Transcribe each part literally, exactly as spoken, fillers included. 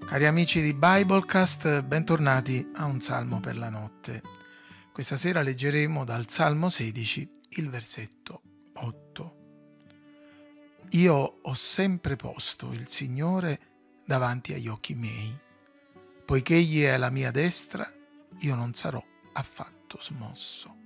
Cari amici di Biblecast, bentornati a un salmo per la notte. Questa sera leggeremo dal Salmo sedici il versetto otto. Io ho sempre posto il Signore davanti agli occhi miei. Poiché Egli è alla mia destra, io non sarò affatto smosso.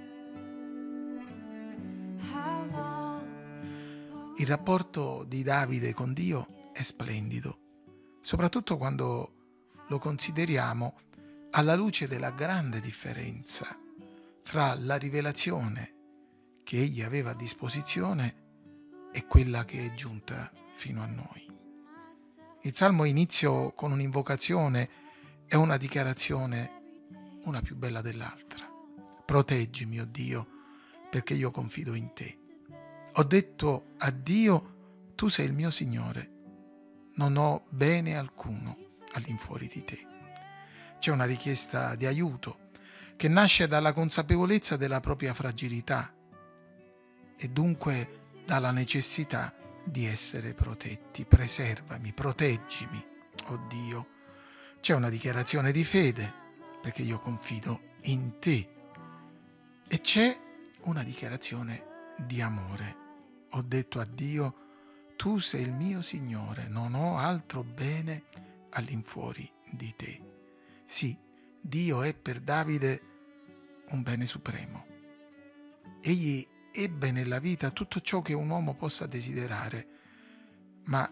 Il rapporto di Davide con Dio è splendido, soprattutto quando lo consideriamo alla luce della grande differenza fra la rivelazione che egli aveva a disposizione e quella che è giunta fino a noi. Il Salmo inizia con un'invocazione e una dichiarazione, una più bella dell'altra. Proteggimi, o Dio, perché io confido in te. Ho detto a Dio, tu sei il mio Signore. Non ho bene alcuno all'infuori di te. C'è una richiesta di aiuto che nasce dalla consapevolezza della propria fragilità e dunque dalla necessità di essere protetti. Preservami, proteggimi, oh Dio. C'è una dichiarazione di fede perché io confido in te e c'è una dichiarazione di amore. Ho detto a Dio, tu sei il mio Signore, non ho altro bene all'infuori di te. Sì, Dio è per Davide un bene supremo. Egli ebbe nella vita tutto ciò che un uomo possa desiderare, ma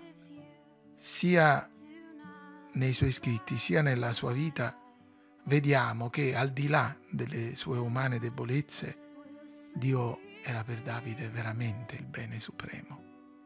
sia nei suoi scritti, sia nella sua vita, vediamo che al di là delle sue umane debolezze, Dio era per Davide veramente il bene supremo.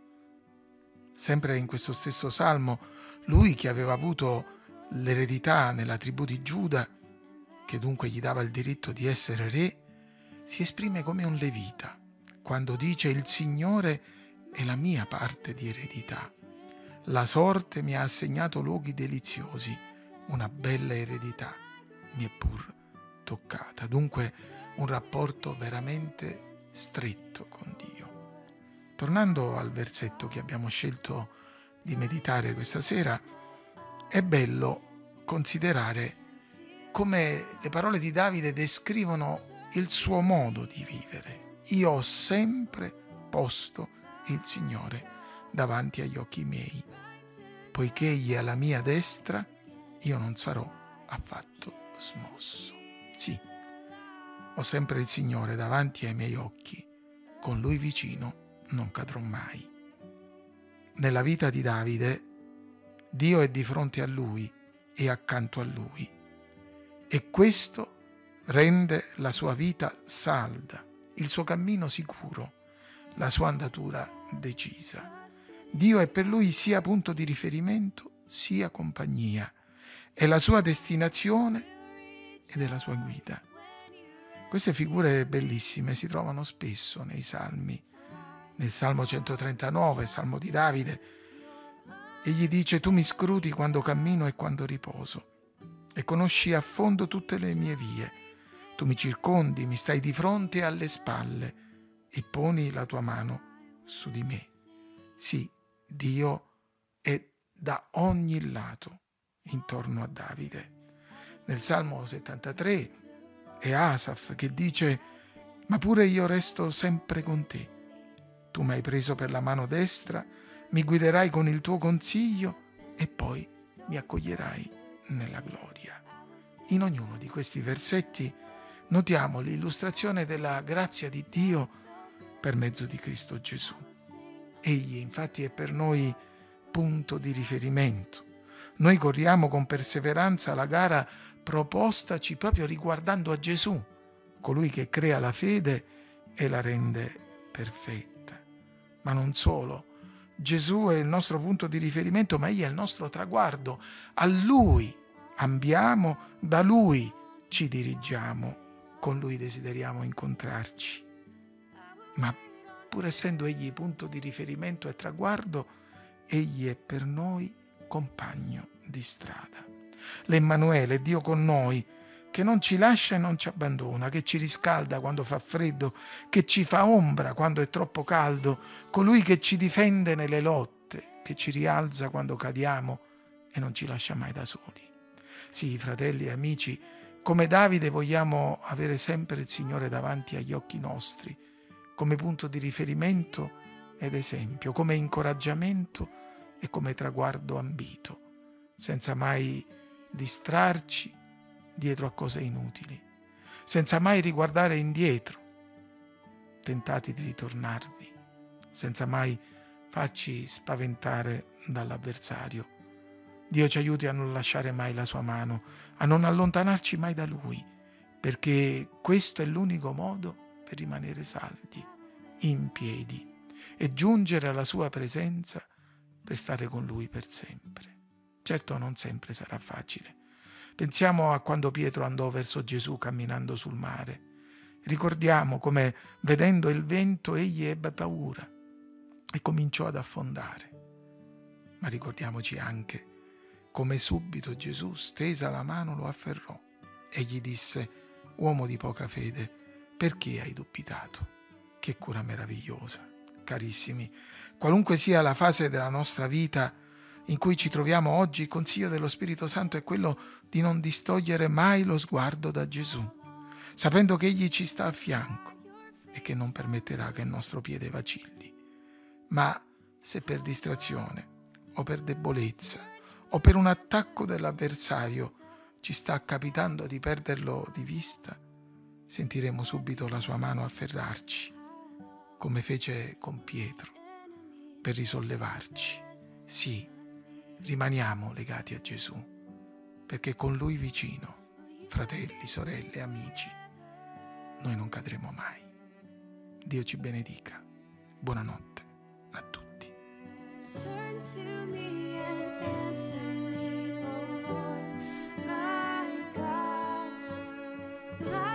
Sempre in questo stesso salmo, lui che aveva avuto l'eredità nella tribù di Giuda, che dunque gli dava il diritto di essere re, si esprime come un levita, quando dice il Signore è la mia parte di eredità. La sorte mi ha assegnato luoghi deliziosi, una bella eredità mi è pur toccata. Dunque un rapporto veramente stretto con Dio. Tornando al versetto che abbiamo scelto di meditare questa sera, è bello considerare come le parole di Davide descrivono il suo modo di vivere. Io ho sempre posto il Signore davanti agli occhi miei. Poiché Egli è alla mia destra, io non sarò affatto smosso. Sì, ho sempre il Signore davanti ai miei occhi, con Lui vicino non cadrò mai. Nella vita di Davide, Dio è di fronte a lui e accanto a lui, e questo rende la sua vita salda, il suo cammino sicuro, la sua andatura decisa. Dio è per lui sia punto di riferimento sia compagnia, è la sua destinazione ed è la sua guida. Queste figure bellissime si trovano spesso nei salmi. Nel Salmo centotrentanove, Salmo di Davide, egli dice: tu mi scruti quando cammino e quando riposo e conosci a fondo tutte le mie vie. Tu mi circondi, mi stai di fronte alle spalle e poni la tua mano su di me. Sì, Dio è da ogni lato intorno a Davide. Nel Salmo settantatré è Asaf che dice: ma pure io resto sempre con te. Tu mi hai preso per la mano destra, mi guiderai con il tuo consiglio e poi mi accoglierai nella gloria. In ognuno di questi versetti notiamo l'illustrazione della grazia di Dio per mezzo di Cristo Gesù. Egli infatti è per noi punto di riferimento. Noi corriamo con perseveranza la gara propostaci proprio riguardando a Gesù, colui che crea la fede e la rende perfetta. Ma non solo, Gesù è il nostro punto di riferimento, ma Egli è il nostro traguardo. A Lui ambiamo, da Lui ci dirigiamo, con Lui desideriamo incontrarci. Ma pur essendo Egli punto di riferimento e traguardo, Egli è per noi compagno di strada. L'Emmanuele, Dio con noi, che non ci lascia e non ci abbandona, che ci riscalda quando fa freddo, che ci fa ombra quando è troppo caldo, colui che ci difende nelle lotte, che ci rialza quando cadiamo e non ci lascia mai da soli. Sì, fratelli e amici, come Davide vogliamo avere sempre il Signore davanti agli occhi nostri, come punto di riferimento ed esempio, come incoraggiamento e come traguardo ambito, senza mai distrarci dietro a cose inutili, senza mai riguardare indietro, tentati di ritornarvi, senza mai farci spaventare dall'avversario. Dio ci aiuti a non lasciare mai la sua mano, a non allontanarci mai da Lui, perché questo è l'unico modo per rimanere saldi, in piedi, e giungere alla sua presenza per stare con Lui per sempre. Certo, non sempre sarà facile. Pensiamo a quando Pietro andò verso Gesù camminando sul mare. Ricordiamo come, vedendo il vento, egli ebbe paura e cominciò ad affondare. Ma ricordiamoci anche come subito Gesù, stesa la mano, lo afferrò e gli disse: uomo di poca fede, perché hai dubitato? Che cura meravigliosa. Carissimi, qualunque sia la fase della nostra vita in cui ci troviamo oggi, il consiglio dello Spirito Santo è quello di non distogliere mai lo sguardo da Gesù, sapendo che Egli ci sta a fianco e che non permetterà che il nostro piede vacilli. Ma se per distrazione o per debolezza o per un attacco dell'avversario ci sta capitando di perderlo di vista, sentiremo subito la sua mano afferrarci, come fece con Pietro, per risollevarci. Sì, rimaniamo legati a Gesù, perché con Lui vicino, fratelli, sorelle, amici, noi non cadremo mai. Dio ci benedica. Buonanotte a tutti. Turn to me and answer me, oh Lord, my God. My